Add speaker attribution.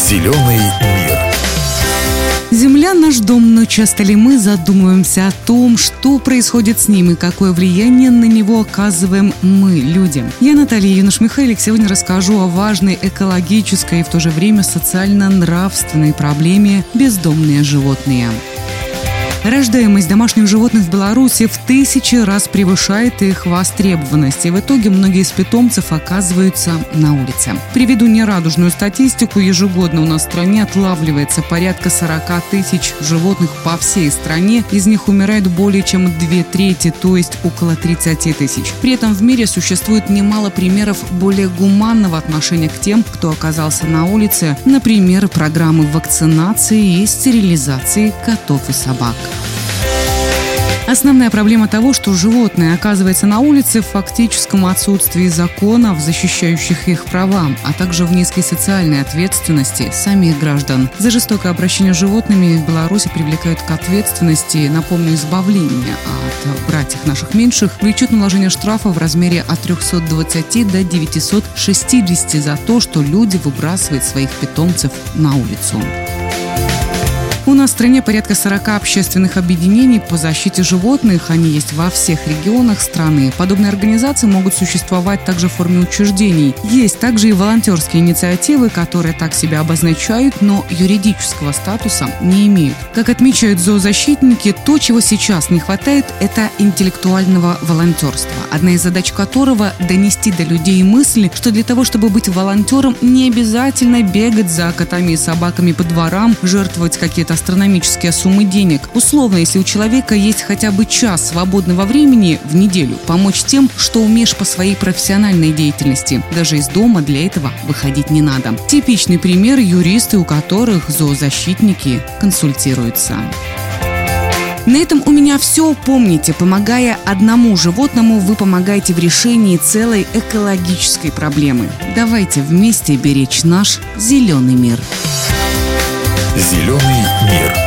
Speaker 1: Зеленый мир.
Speaker 2: Земля – наш дом, но часто ли мы задумываемся о том, что происходит с ним и какое влияние на него оказываем мы, люди? Я, Наталья Януш-Михайлик, сегодня расскажу о важной экологической и в то же время социально-нравственной проблеме «бездомные животные». Рождаемость домашних животных в Беларуси в 1000 раз превышает их востребованность, и в итоге многие из питомцев оказываются на улице. Приведу нерадужную статистику. Ежегодно у нас в стране отлавливается порядка 40 тысяч животных по всей стране. Из них умирает более чем 2/3, то есть около 30 тысяч. При этом в мире существует немало примеров более гуманного отношения к тем, кто оказался на улице, например, программы вакцинации и стерилизации котов и собак. Основная проблема того, что животное оказывается на улице, в фактическом отсутствии законов, защищающих их права, а также в низкой социальной ответственности самих граждан. За жестокое обращение с животными в Беларуси привлекают к ответственности, напомню, избавление от братьев наших меньших, влечет наложение штрафа в размере от 320 до 960 за то, что люди выбрасывают своих питомцев на улицу. У нас в стране порядка 40 общественных объединений по защите животных. Они есть во всех регионах страны. Подобные организации могут существовать также в форме учреждений. Есть также и волонтерские инициативы, которые так себя обозначают, но юридического статуса не имеют. Как отмечают зоозащитники, то, чего сейчас не хватает, это интеллектуального волонтерства. Одна из задач которого – донести до людей мысль, что для того, чтобы быть волонтером, не обязательно бегать за котами и собаками по дворам, жертвовать какие-то астрономические суммы денег. Условно, если у человека есть хотя бы час свободного времени в неделю, помочь тем, что умеешь по своей профессиональной деятельности. Даже из дома для этого выходить не надо. Типичный пример – юристы, у которых зоозащитники консультируются. На этом у меня все. Помните, помогая одному животному, вы помогаете в решении целой экологической проблемы. Давайте вместе беречь наш зеленый мир.
Speaker 1: Зеленый мир.